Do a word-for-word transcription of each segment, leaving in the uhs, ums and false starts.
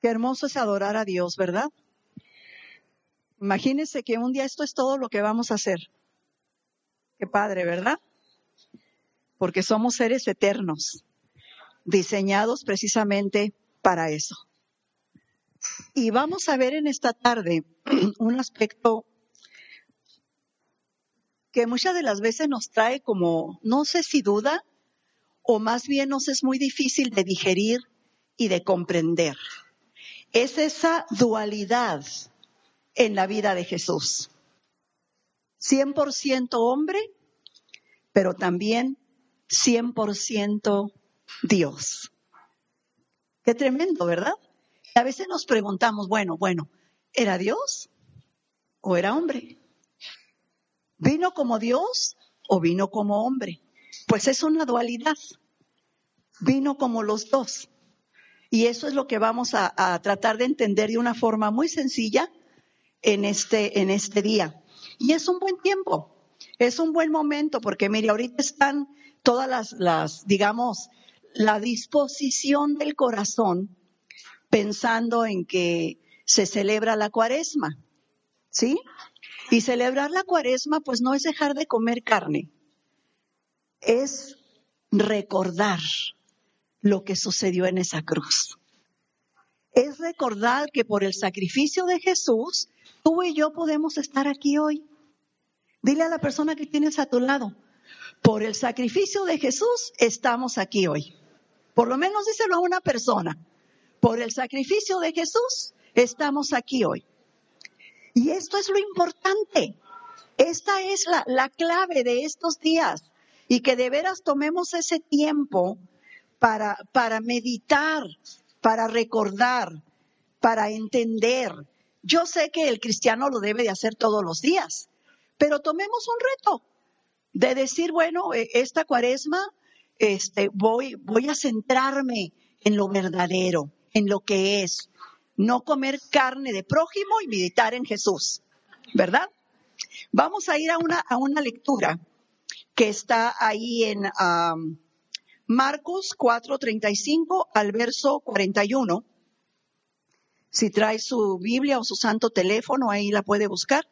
Qué hermoso es adorar a Dios, ¿verdad? Imagínense que un día esto es todo lo que vamos a hacer. Qué padre, ¿verdad? Porque somos seres eternos, diseñados precisamente para eso. Y vamos a ver en esta tarde un aspecto que muchas de las veces nos trae como, no sé si duda, o más bien nos es muy difícil de digerir y de comprender. Es esa dualidad en la vida de Jesús. cien por ciento hombre, pero también cien por ciento Dios. Qué tremendo, ¿verdad? A veces nos preguntamos, bueno, bueno, ¿era Dios o era hombre? ¿Vino como Dios o vino como hombre? Pues es una dualidad. Vino como los dos. Y eso es lo que vamos a, a tratar de entender de una forma muy sencilla en este, en este día. Y es un buen tiempo, es un buen momento, porque mire, ahorita están todas las, las, digamos, la disposición del corazón pensando en que se celebra la Cuaresma, ¿sí? Y celebrar la Cuaresma, pues no es dejar de comer carne, es recordar lo que sucedió en esa cruz. Es recordar que por el sacrificio de Jesús, tú y yo podemos estar aquí hoy. Dile a la persona que tienes a tu lado, por el sacrificio de Jesús estamos aquí hoy. Por lo menos díselo a una persona, por el sacrificio de Jesús estamos aquí hoy. Y esto es lo importante. Esta es la, la clave de estos días. Y que de veras tomemos ese tiempo para, para meditar, para recordar, para entender. Yo sé que el cristiano lo debe de hacer todos los días, pero tomemos un reto de decir, bueno, esta Cuaresma este, voy, voy a centrarme en lo verdadero, en lo que es. No comer carne de prójimo y meditar en Jesús, ¿verdad? Vamos a ir a una, a una lectura que está ahí en um, Marcos cuatro, treinta y cinco al verso cuarenta y uno. Si trae su Biblia o su santo teléfono, ahí la puede buscar.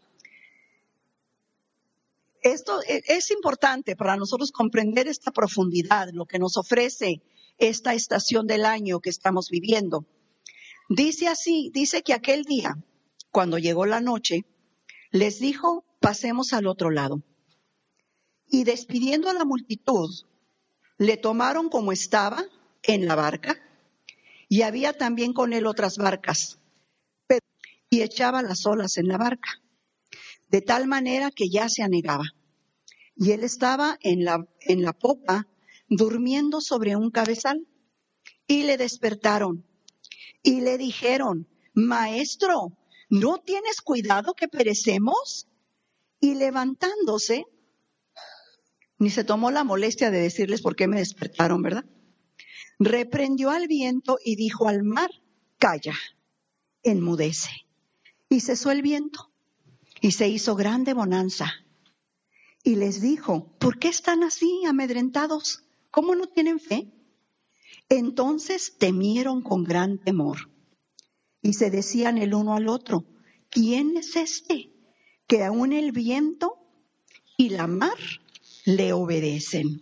Esto es importante para nosotros comprender esta profundidad, lo que nos ofrece esta estación del año que estamos viviendo. Dice así, dice que aquel día, cuando llegó la noche, les dijo, pasemos al otro lado. Y despidiendo a la multitud, le tomaron como estaba en la barca, y había también con él otras barcas, y echaba las olas en la barca, de tal manera que ya se anegaba. Y él estaba en la, en la popa, durmiendo sobre un cabezal, y le despertaron, y le dijeron, Maestro, ¿no tienes cuidado que perecemos? Y levantándose, ni se tomó la molestia de decirles por qué me despertaron, ¿verdad? Reprendió al viento y dijo al mar, calla, enmudece. Y cesó el viento, y se hizo grande bonanza. Y les dijo, ¿por qué están así amedrentados? ¿Cómo no tienen fe? Entonces temieron con gran temor. Y se decían el uno al otro, ¿quién es este que aún el viento y la mar le obedecen?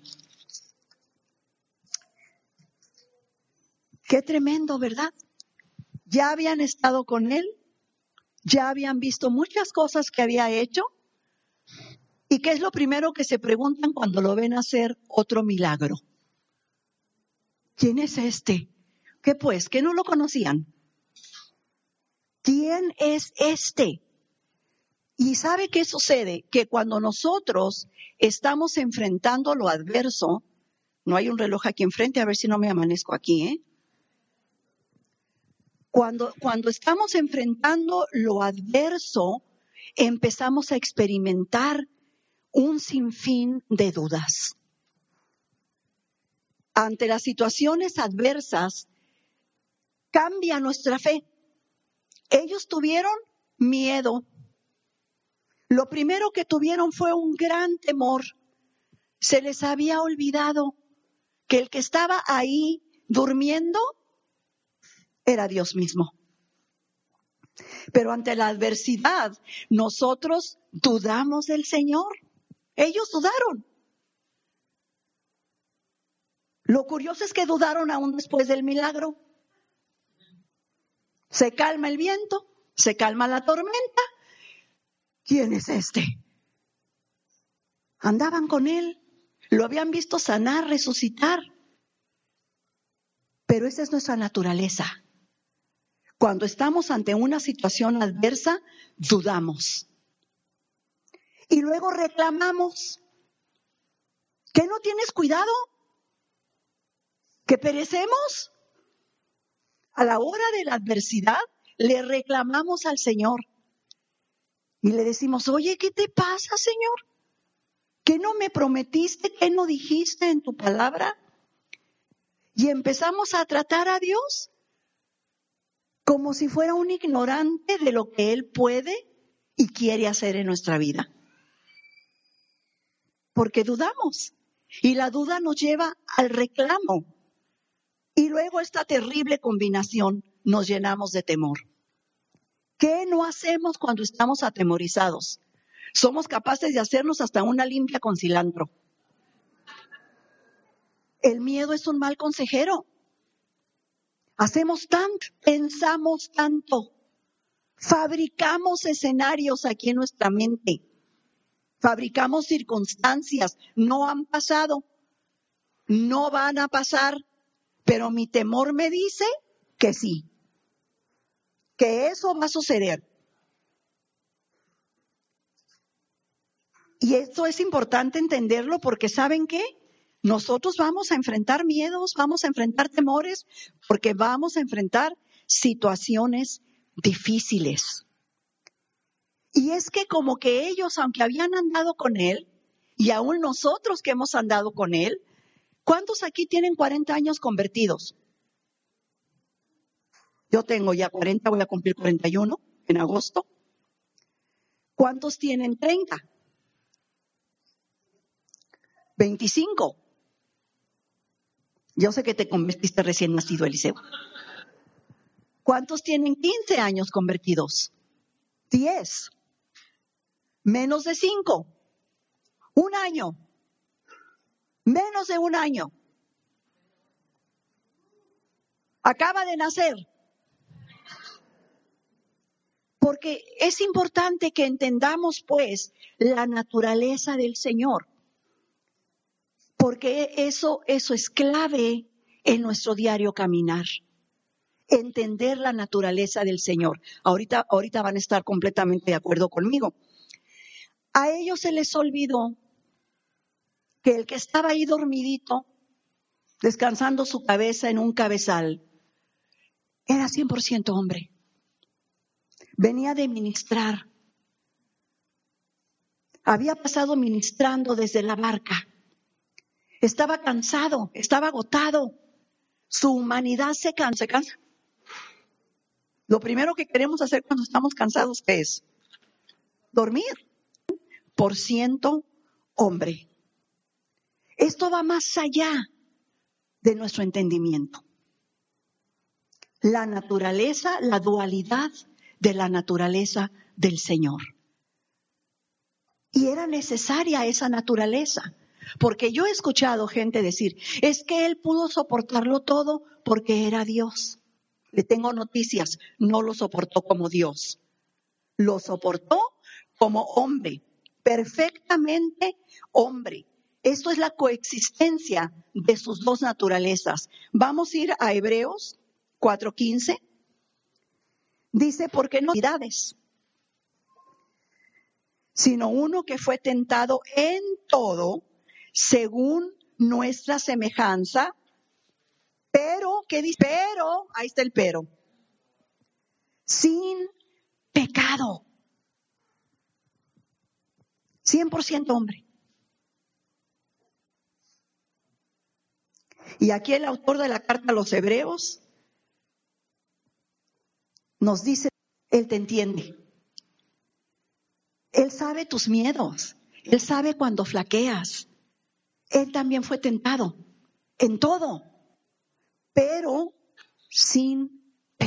Qué tremendo, ¿verdad? Ya habían estado con él, ya habían visto muchas cosas que había hecho. ¿Y qué es lo primero que se preguntan cuando lo ven hacer otro milagro? ¿Quién es este? ¿Qué pues? ¿Que no lo conocían? ¿Quién es este? ¿Y sabe qué sucede? Que cuando nosotros estamos enfrentando lo adverso, no hay un reloj aquí enfrente, a ver si no me amanezco aquí, ¿eh? Cuando, cuando estamos enfrentando lo adverso, empezamos a experimentar un sinfín de dudas. Ante las situaciones adversas, cambia nuestra fe. Ellos tuvieron miedo. Lo primero que tuvieron fue un gran temor. Se les había olvidado que el que estaba ahí durmiendo era Dios mismo. Pero ante la adversidad, nosotros dudamos del Señor. Ellos dudaron. Lo curioso es que dudaron aún después del milagro. Se calma el viento, se calma la tormenta. ¿Quién es este? Andaban con él, lo habían visto sanar, resucitar. Pero esa es nuestra naturaleza. Cuando estamos ante una situación adversa, dudamos. Y luego reclamamos. ¿Que no tienes cuidado? ¿Que perecemos? A la hora de la adversidad, le reclamamos al Señor. Y le decimos, oye, ¿qué te pasa, Señor? ¿Qué no me prometiste? ¿Qué no dijiste en tu palabra? Y empezamos a tratar a Dios como si fuera un ignorante de lo que Él puede y quiere hacer en nuestra vida. Porque dudamos. Y la duda nos lleva al reclamo. Y luego esta terrible combinación nos llenamos de temor. ¿Qué no hacemos cuando estamos atemorizados? Somos capaces de hacernos hasta una limpia con cilantro. El miedo es un mal consejero. Hacemos tanto, pensamos tanto, fabricamos escenarios aquí en nuestra mente, fabricamos circunstancias, no han pasado, no van a pasar, pero mi temor me dice que sí, que eso va a suceder. Y esto es importante entenderlo porque ¿saben qué? Nosotros vamos a enfrentar miedos, vamos a enfrentar temores, porque vamos a enfrentar situaciones difíciles. Y es que como que ellos, aunque habían andado con Él, y aún nosotros que hemos andado con Él, ¿cuántos aquí tienen cuarenta años convertidos? Yo tengo ya cuarenta, voy a cumplir cuarenta y uno en agosto. ¿Cuántos tienen treinta? veinticinco. Yo sé que te convertiste recién nacido, Eliseo. ¿Cuántos tienen quince años convertidos? diez. Menos de cinco. Un año. Menos de un año. Acaba de nacer. Porque es importante que entendamos, pues, la naturaleza del Señor. Porque eso, eso es clave en nuestro diario caminar. Entender la naturaleza del Señor. Ahorita, ahorita van a estar completamente de acuerdo conmigo. A ellos se les olvidó que el que estaba ahí dormidito, descansando su cabeza en un cabezal, era cien por ciento hombre. Venía de ministrar. Había pasado ministrando desde la barca. Estaba cansado, estaba agotado. Su humanidad se cansa, se cansa. Lo primero que queremos hacer cuando estamos cansados es dormir. Por ciento hombre. Esto va más allá de nuestro entendimiento. La naturaleza, la dualidad de la naturaleza del Señor. Y era necesaria esa naturaleza. Porque yo he escuchado gente decir, es que Él pudo soportarlo todo porque era Dios. Le tengo noticias, no lo soportó como Dios. Lo soportó como hombre, perfectamente hombre. Esto es la coexistencia de sus dos naturalezas. Vamos a ir a Hebreos cuatro quince. Dice, porque no identidades, sino uno que fue tentado en todo, según nuestra semejanza, pero, ¿qué dice? Pero, ahí está el pero, sin pecado. cien por ciento hombre. Y aquí el autor de la carta a los Hebreos nos dice, Él te entiende. Él sabe tus miedos. Él sabe cuando flaqueas. Él también fue tentado en todo, pero sin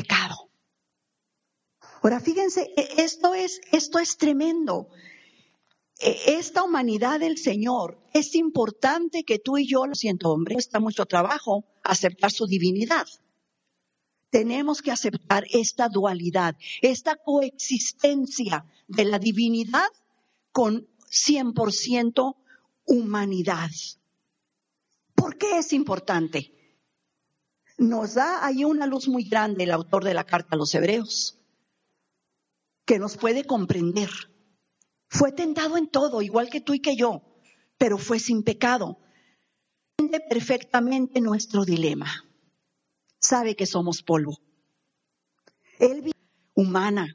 Ahora, fíjense, esto es, esto es tremendo. Esta humanidad del Señor, es importante que tú y yo, lo siento, hombre, cuesta mucho trabajo aceptar su divinidad. Tenemos que aceptar esta dualidad, esta coexistencia de la divinidad con cien por ciento humanidad. ¿Por qué es importante? Nos da ahí una luz muy grande el autor de la carta a los Hebreos, que nos puede comprender. Fue tentado en todo, igual que tú y que yo, pero fue sin pecado. Entiende perfectamente nuestro dilema. Sabe que somos polvo. Él vivió humana.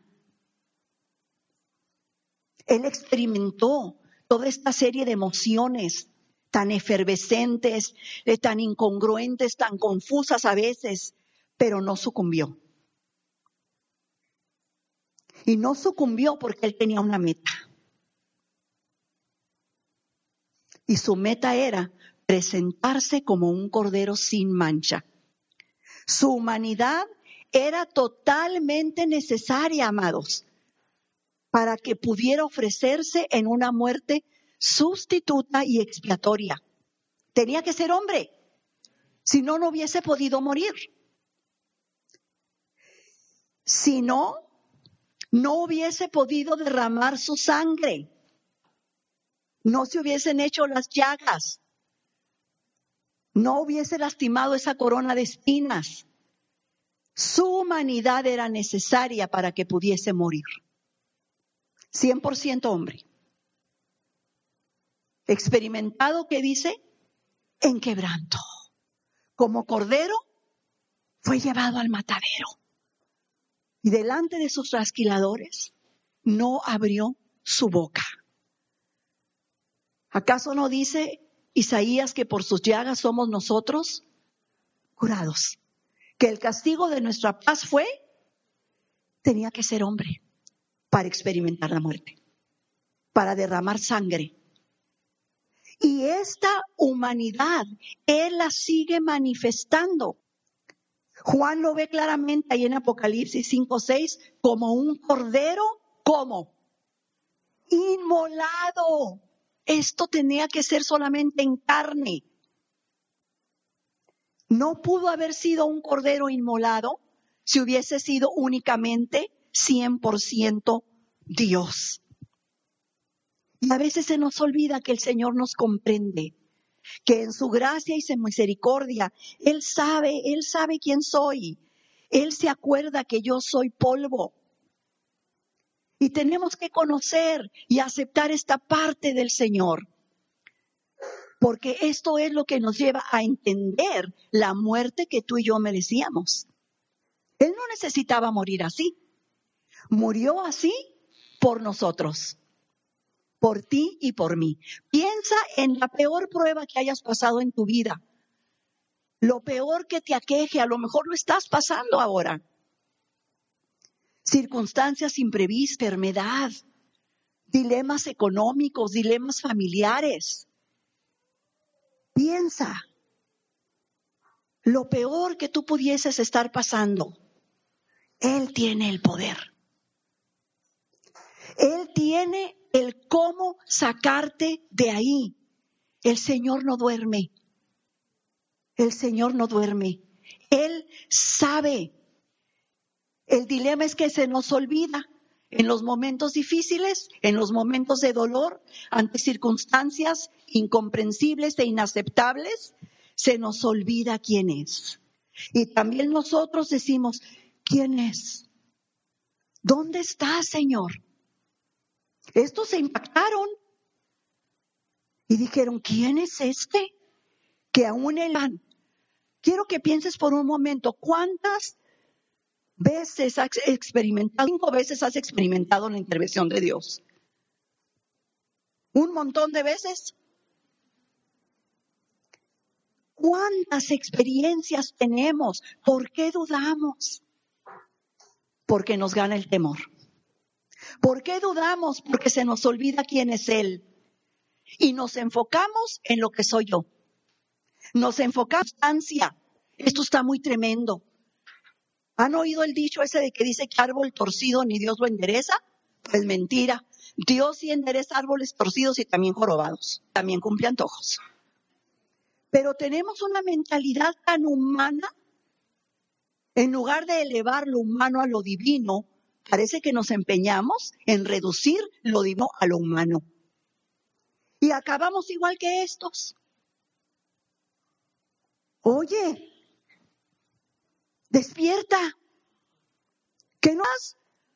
Él experimentó toda esta serie de emociones tan efervescentes, eh, tan incongruentes, tan confusas a veces, pero no sucumbió. Y no sucumbió porque él tenía una meta. Y su meta era presentarse como un cordero sin mancha. Su humanidad era totalmente necesaria, amados, para que pudiera ofrecerse en una muerte sustituta y expiatoria. Tenía que ser hombre, si no, no hubiese podido morir. Si no, no hubiese podido derramar su sangre. No se hubiesen hecho las llagas. No hubiese lastimado esa corona de espinas. Su humanidad era necesaria para que pudiese morir. cien por ciento hombre. Experimentado, ¿qué dice? En quebranto. Como cordero, fue llevado al matadero. Y delante de sus trasquiladores, no abrió su boca. ¿Acaso no dice Isaías que por sus llagas somos nosotros curados? Que el castigo de nuestra paz fue, tenía que ser hombre para experimentar la muerte, para derramar sangre. Y esta humanidad, Él la sigue manifestando. Juan lo ve claramente ahí en Apocalipsis cinco seis, como un cordero, ¿cómo? Inmolado. Esto tenía que ser solamente en carne. No pudo haber sido un cordero inmolado si hubiese sido únicamente cien por ciento Dios. Y a veces se nos olvida que el Señor nos comprende, que en su gracia y su misericordia, Él sabe, Él sabe quién soy. Él se acuerda que yo soy polvo. Y tenemos que conocer y aceptar esta parte del Señor. Porque esto es lo que nos lleva a entender la muerte que tú y yo merecíamos. Él no necesitaba morir así. Murió así por nosotros. Por ti y por mí. Piensa en la peor prueba que hayas pasado en tu vida. Lo peor que te aqueje, a lo mejor lo estás pasando ahora. Circunstancias imprevistas, enfermedad, dilemas económicos, dilemas familiares. Piensa, lo peor que tú pudieses estar pasando, Él tiene el poder. Él tiene el cómo sacarte de ahí. El Señor no duerme. El Señor no duerme. Él sabe. El dilema es que se nos olvida en los momentos difíciles, en los momentos de dolor, ante circunstancias incomprensibles e inaceptables, se nos olvida quién es. Y también nosotros decimos, ¿quién es? ¿Dónde está, Señor? Estos se impactaron y dijeron, ¿quién es este? Que aún él... Quiero que pienses por un momento, ¿cuántas veces has experimentado, cinco veces has experimentado la intervención de Dios? ¿Un montón de veces? ¿Cuántas experiencias tenemos? ¿Por qué dudamos? Porque nos gana el temor. ¿Por qué dudamos? Porque se nos olvida quién es Él. Y nos enfocamos en lo que soy yo. Nos enfocamos en la distancia. Esto está muy tremendo. ¿Han oído el dicho ese de que dice que árbol torcido ni Dios lo endereza? Pues mentira. Dios sí endereza árboles torcidos y también jorobados. También cumple antojos. Pero tenemos una mentalidad tan humana. En lugar de elevar lo humano a lo divino, parece que nos empeñamos en reducir lo divino a lo humano. Y acabamos igual que estos. Oye, despierta. ¿Qué no has?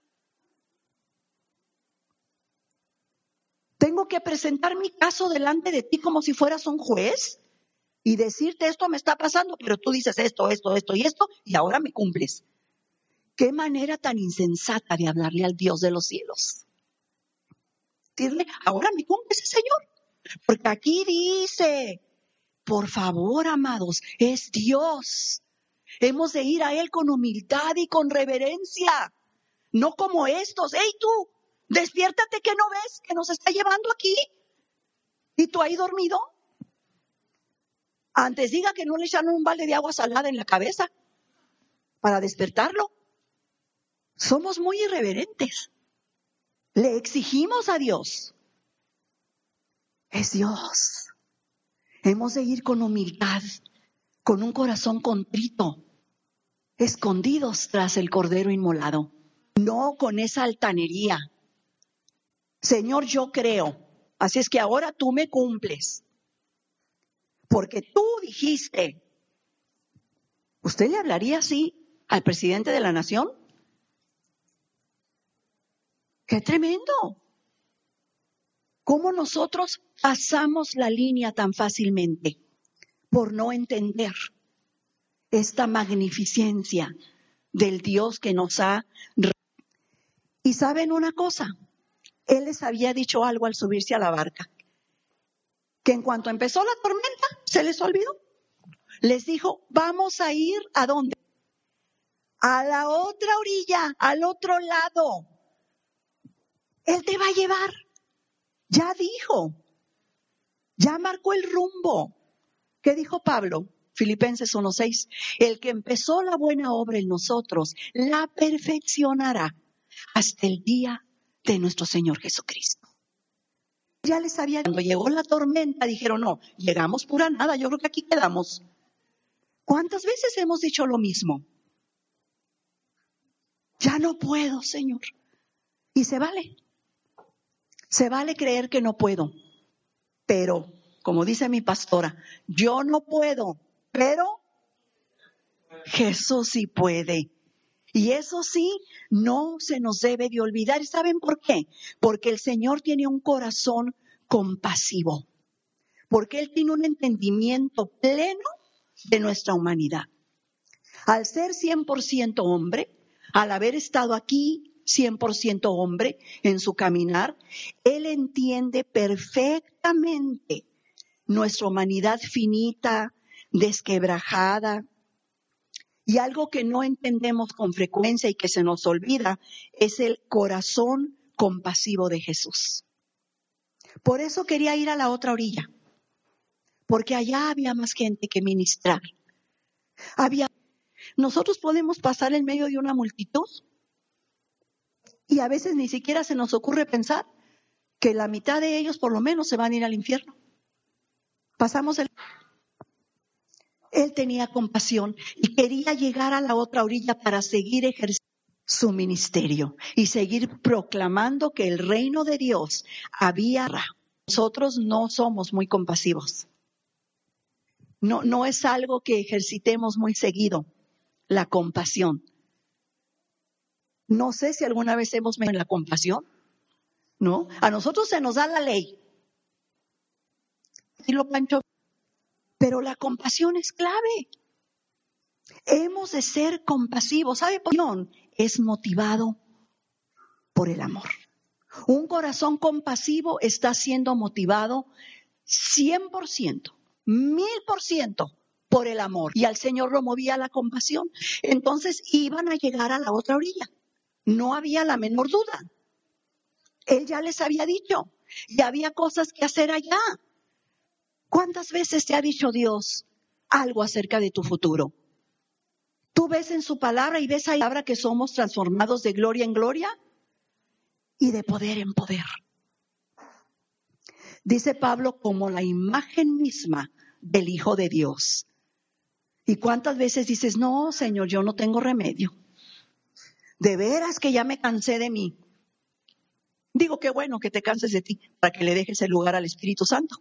Tengo que presentar mi caso delante de ti como si fueras un juez y decirte esto me está pasando, pero tú dices esto, esto, esto y esto y ahora me cumples. Qué manera tan insensata de hablarle al Dios de los cielos. Decirle, ahora me cumples, Señor. Porque aquí dice, por favor, amados, es Dios. Hemos de ir a Él con humildad y con reverencia, no como estos. ¡Ey tú! Despiértate, que no ves que nos está llevando aquí. ¿Y tú ahí dormido? Antes diga que no le echaron un balde de agua salada en la cabeza para despertarlo. Somos muy irreverentes. Le exigimos a Dios. Es Dios. Hemos de ir con humildad, con un corazón contrito, escondidos tras el cordero inmolado. No con esa altanería. Señor, yo creo, así es que ahora tú me cumples. Porque tú dijiste. ¿Usted le hablaría así al presidente de la nación? ¡Qué tremendo! ¿Cómo nosotros pasamos la línea tan fácilmente por no entender esta magnificencia del Dios que nos ha... Y ¿saben una cosa? Él les había dicho algo al subirse a la barca, que en cuanto empezó la tormenta, se les olvidó. Les dijo, vamos a ir ¿a dónde? A la otra orilla, al otro lado. Él te va a llevar. Ya dijo, ya marcó el rumbo. ¿Qué dijo Pablo? Filipenses uno seis. El que empezó la buena obra en nosotros, la perfeccionará hasta el día de nuestro Señor Jesucristo. Ya les había, cuando llegó la tormenta, dijeron, no, llegamos pura nada, yo creo que aquí quedamos. ¿Cuántas veces hemos dicho lo mismo? Ya no puedo, Señor. Y se vale. Se vale creer que no puedo. Pero, como dice mi pastora, yo no puedo, pero Jesús sí puede. Y eso sí, no se nos debe de olvidar. ¿Y saben por qué? Porque el Señor tiene un corazón compasivo. Porque Él tiene un entendimiento pleno de nuestra humanidad. Al ser cien por ciento hombre, al haber estado aquí cien por ciento hombre en su caminar, Él entiende perfectamente nuestra humanidad finita, desquebrajada. Y algo que no entendemos con frecuencia y que se nos olvida es el corazón compasivo de Jesús. Por eso quería ir a la otra orilla, porque allá había más gente que ministrar. Había, nosotros podemos pasar en medio de una multitud y a veces ni siquiera se nos ocurre pensar que la mitad de ellos por lo menos se van a ir al infierno. Pasamos el... Él tenía compasión y quería llegar a la otra orilla para seguir ejerciendo su ministerio y seguir proclamando que el reino de Dios había. Nosotros no somos muy compasivos. No, no es algo que ejercitemos muy seguido, la compasión. No sé si alguna vez hemos medido en la compasión, ¿no? A nosotros se nos da la ley. Y lo Pancho. Pero la compasión es clave. Hemos de ser compasivos. ¿Sabe por qué? Es motivado por el amor. Un corazón compasivo está siendo motivado cien por ciento, mil por ciento por el amor. Y al Señor lo movía la compasión. Entonces iban a llegar a la otra orilla. No había la menor duda. Él ya les había dicho. Y había cosas que hacer allá. ¿Cuántas veces te ha dicho Dios algo acerca de tu futuro? Tú ves en su palabra y ves ahí palabra que somos transformados de gloria en gloria y de poder en poder. Dice Pablo, como la imagen misma del Hijo de Dios. ¿Y cuántas veces dices, no, Señor, yo no tengo remedio? De veras que ya me cansé de mí. Digo, qué bueno que te canses de ti para que le dejes el lugar al Espíritu Santo.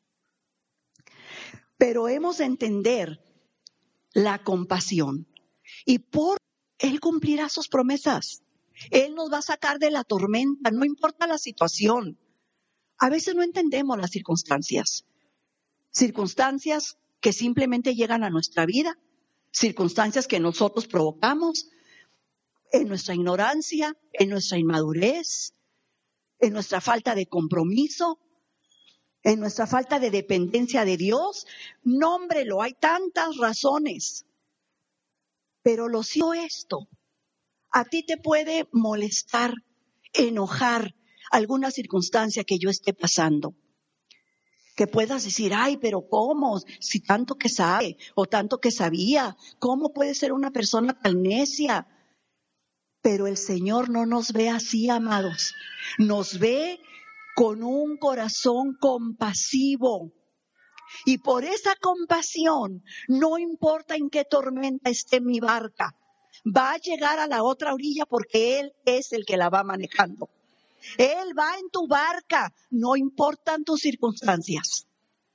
Pero hemos de entender la compasión. Y por Él cumplirá sus promesas. Él nos va a sacar de la tormenta, no importa la situación. A veces no entendemos las circunstancias. Circunstancias que simplemente llegan a nuestra vida. Circunstancias que nosotros provocamos en nuestra ignorancia, en nuestra inmadurez, en nuestra falta de compromiso, en nuestra falta de dependencia de Dios. Nómbrelo, hay tantas razones. Pero lo cierto es esto, a ti te puede molestar, enojar alguna circunstancia que yo esté pasando. Que puedas decir, ay, pero ¿cómo? Si tanto que sabe o tanto que sabía, ¿cómo puede ser una persona tan necia? Pero el Señor no nos ve así, amados. Nos ve con un corazón compasivo. Y por esa compasión, no importa en qué tormenta esté mi barca, va a llegar a la otra orilla porque Él es el que la va manejando. Él va en tu barca, no importan tus circunstancias.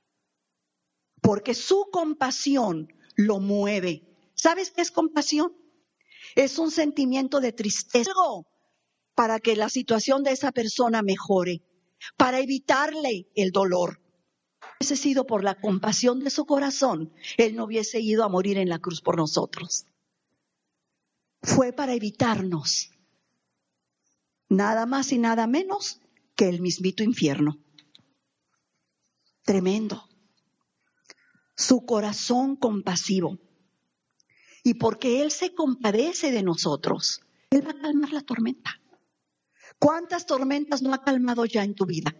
Porque su compasión lo mueve. ¿Sabes qué es compasión? Es un sentimiento de tristeza para que la situación de esa persona mejore, para evitarle el dolor. Si hubiese sido por la compasión de su corazón, Él no hubiese ido a morir en la cruz por nosotros. Fue para evitarnos nada más y nada menos que el mismito infierno. Tremendo. Su corazón compasivo. Y porque Él se compadece de nosotros, Él va a calmar la tormenta. ¿Cuántas tormentas no ha calmado ya en tu vida?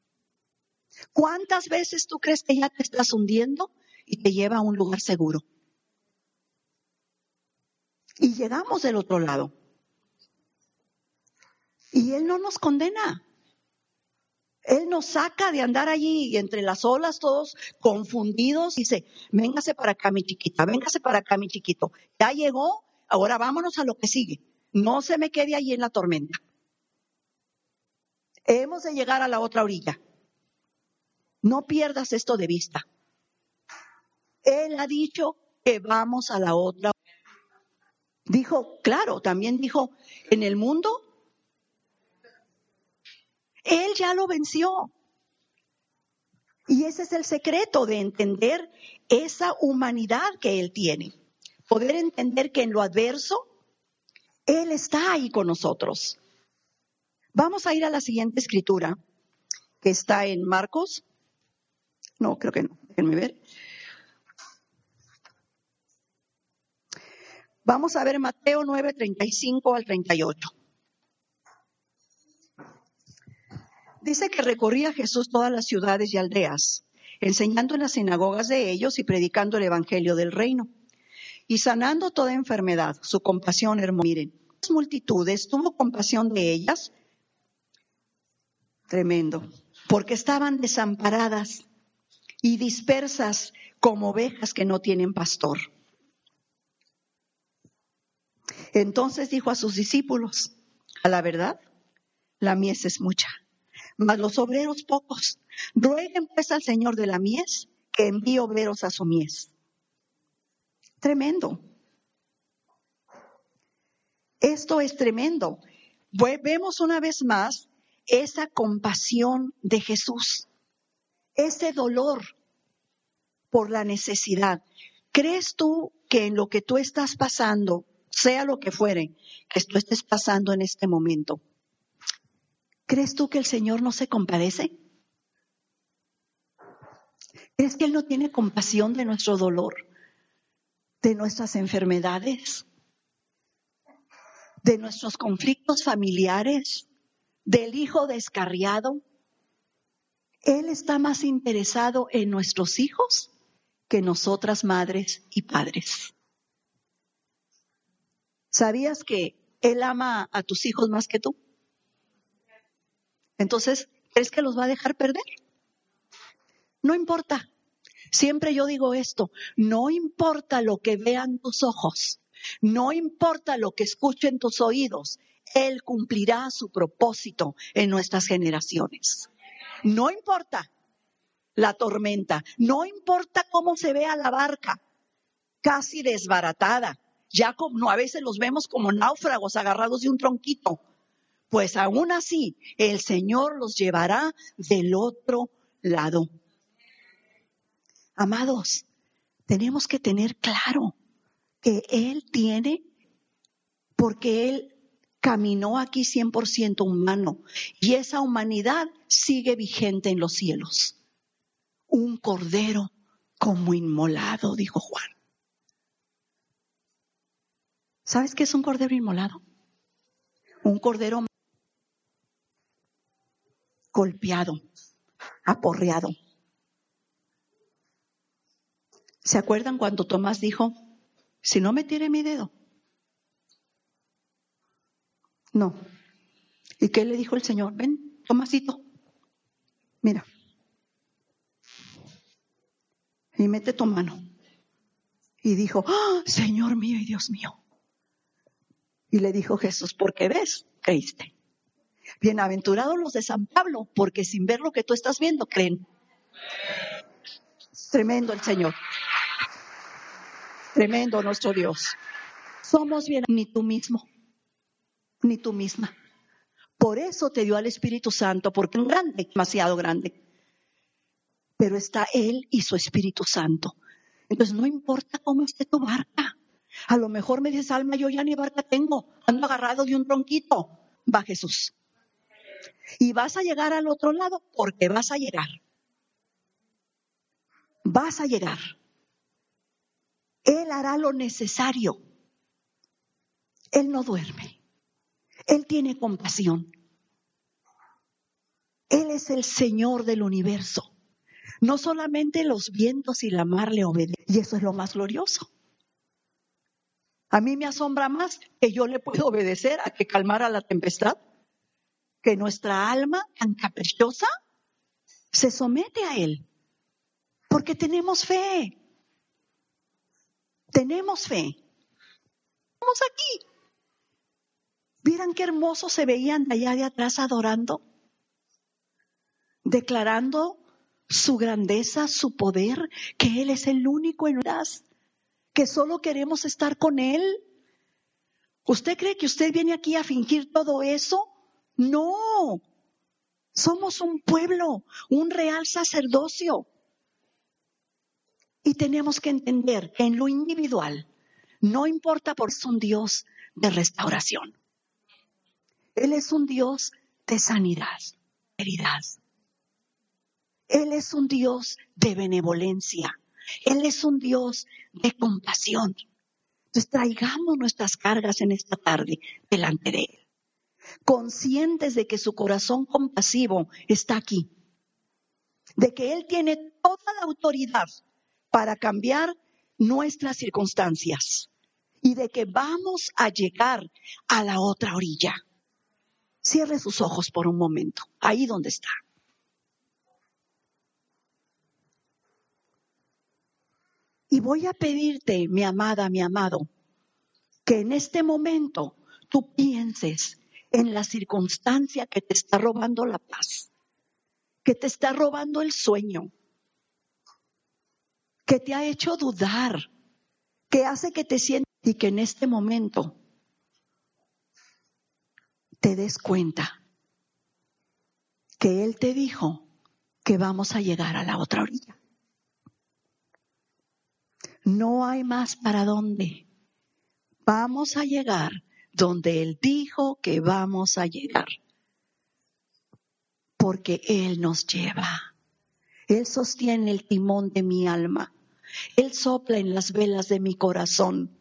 ¿Cuántas veces tú crees que ya te estás hundiendo y te lleva a un lugar seguro? Y llegamos del otro lado. Y Él no nos condena. Él nos saca de andar allí entre las olas todos confundidos. Dice, véngase para acá mi chiquita, véngase para acá mi chiquito. Ya llegó, ahora vámonos a lo que sigue. No se me quede allí en la tormenta. Hemos de llegar a la otra orilla. No pierdas esto de vista. Él ha dicho que vamos a la otra. Dijo, claro, también dijo, en el mundo, Él ya lo venció. Y ese es el secreto de entender esa humanidad que Él tiene. Poder entender que en lo adverso, Él está ahí con nosotros. Vamos a ir a la siguiente escritura, que está en Marcos. No, creo que no. Déjenme ver. Vamos a ver Mateo nueve, treinta y cinco al treinta y ocho. Dice que recorría Jesús todas las ciudades y aldeas, enseñando en las sinagogas de ellos y predicando el evangelio del reino, y sanando toda enfermedad. Su compasión hermosa. Miren, las multitudes tuvo compasión de ellas. Tremendo. Porque estaban desamparadas y dispersas como ovejas que no tienen pastor. Entonces dijo a sus discípulos, a la verdad, la mies es mucha, mas los obreros pocos. Rueguen pues al Señor de la mies que envíe obreros a su mies. Tremendo. Esto es tremendo. Vemos una vez más esa compasión de Jesús, ese dolor por la necesidad. ¿Crees tú que en lo que tú estás pasando, sea lo que fuere, que tú estés pasando en este momento, ¿crees tú que el Señor no se compadece? ¿Crees que Él no tiene compasión de nuestro dolor, de nuestras enfermedades, de nuestros conflictos familiares, del hijo descarriado? Él está más interesado en nuestros hijos que nosotras madres y padres. ¿Sabías que Él ama a tus hijos más que tú? Entonces, ¿crees que los va a dejar perder? No importa. Siempre yo digo esto, no importa lo que vean tus ojos, no importa lo que escuchen tus oídos, Él cumplirá su propósito en nuestras generaciones. No importa la tormenta, no importa cómo se vea la barca, casi desbaratada, ya como a veces los vemos como náufragos agarrados de un tronquito, pues aún así el Señor los llevará del otro lado. Amados, tenemos que tener claro que Él tiene, porque Él caminó aquí cien por ciento humano y esa humanidad sigue vigente en los cielos. Un cordero como inmolado, dijo Juan. ¿Sabes qué es un cordero inmolado? Un cordero golpeado, aporreado. ¿Se acuerdan cuando Tomás dijo, si no me tire mi dedo? No. ¿Y qué le dijo el Señor? Ven, Tomásito, mira. Y mete tu mano. Y dijo, ¡oh, Señor mío y Dios mío! Y le dijo Jesús, porque ves, creíste. Bienaventurados los de San Pablo, porque sin ver lo que tú estás viendo, creen. Tremendo el Señor. Tremendo nuestro Dios. Somos bien, ni tú mismo, ni tú misma. Por eso te dio al Espíritu Santo, porque es grande, demasiado grande. Pero está Él y su Espíritu Santo. Entonces no importa cómo esté tu barca. A lo mejor me dices, Alma, yo ya ni barca tengo, ando agarrado de un tronquito. Va Jesús. Y vas a llegar al otro lado porque vas a llegar. Vas a llegar. Él hará lo necesario. Él no duerme. Él tiene compasión. Él es el Señor del universo. No solamente los vientos y la mar le obedecen. Y eso es lo más glorioso. A mí me asombra más que yo le puedo obedecer a que calmara la tempestad. Que nuestra alma tan caprichosa se somete a Él. Porque tenemos fe. Tenemos fe. Estamos aquí. ¿Vieran qué hermoso se veían de allá de atrás adorando? Declarando su grandeza, su poder, que Él es el único en las que solo queremos estar con Él. ¿Usted cree que usted viene aquí a fingir todo eso? No. Somos un pueblo, un real sacerdocio. Y tenemos que entender que en lo individual, no importa por ser un Dios de restauración. Él es un Dios de sanidad, caridad. Él es un Dios de benevolencia. Él es un Dios de compasión. Entonces traigamos nuestras cargas en esta tarde delante de Él. Conscientes de que su corazón compasivo está aquí. De que Él tiene toda la autoridad para cambiar nuestras circunstancias. Y de que vamos a llegar a la otra orilla. Cierre sus ojos por un momento, ahí donde está. Y voy a pedirte, mi amada, mi amado, que en este momento tú pienses en la circunstancia que te está robando la paz, que te está robando el sueño, que te ha hecho dudar, que hace que te sientas y que en este momento te des cuenta que Él te dijo que vamos a llegar a la otra orilla. No hay más para dónde. Vamos a llegar donde Él dijo que vamos a llegar. Porque Él nos lleva. Él sostiene el timón de mi alma. Él sopla en las velas de mi corazón.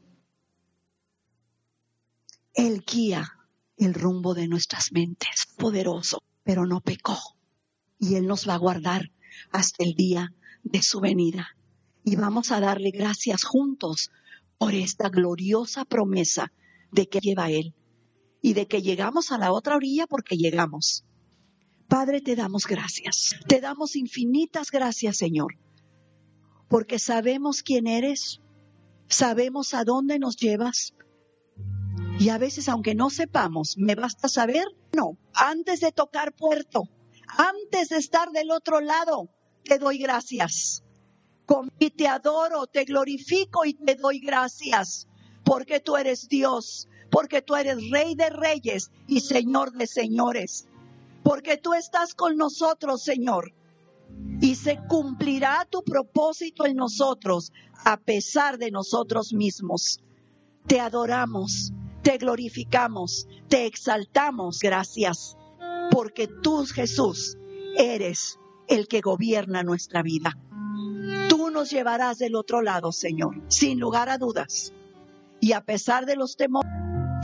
Él guía el rumbo de nuestras mentes. Poderoso, pero no pecó. Y Él nos va a guardar hasta el día de su venida. Y vamos a darle gracias juntos por esta gloriosa promesa de que lleva Él y de que llegamos a la otra orilla porque llegamos. Padre, te damos gracias. Te damos infinitas gracias, Señor, porque sabemos quién eres, sabemos a dónde nos llevas. Y a veces, aunque no sepamos, me basta saber, no, antes de tocar puerto, antes de estar del otro lado, te doy gracias. Y te adoro, te glorifico y te doy gracias, porque tú eres Dios, porque tú eres Rey de Reyes y Señor de Señores, porque tú estás con nosotros, Señor, y se cumplirá tu propósito en nosotros, a pesar de nosotros mismos. Te adoramos, te glorificamos, te exaltamos. Gracias, porque tú, Jesús, eres el que gobierna nuestra vida. Tú nos llevarás del otro lado, Señor, sin lugar a dudas. Y a pesar de los temores,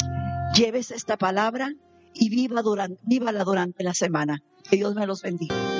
lleves esta palabra y viva durante, vívala durante la semana. Que Dios me los bendiga.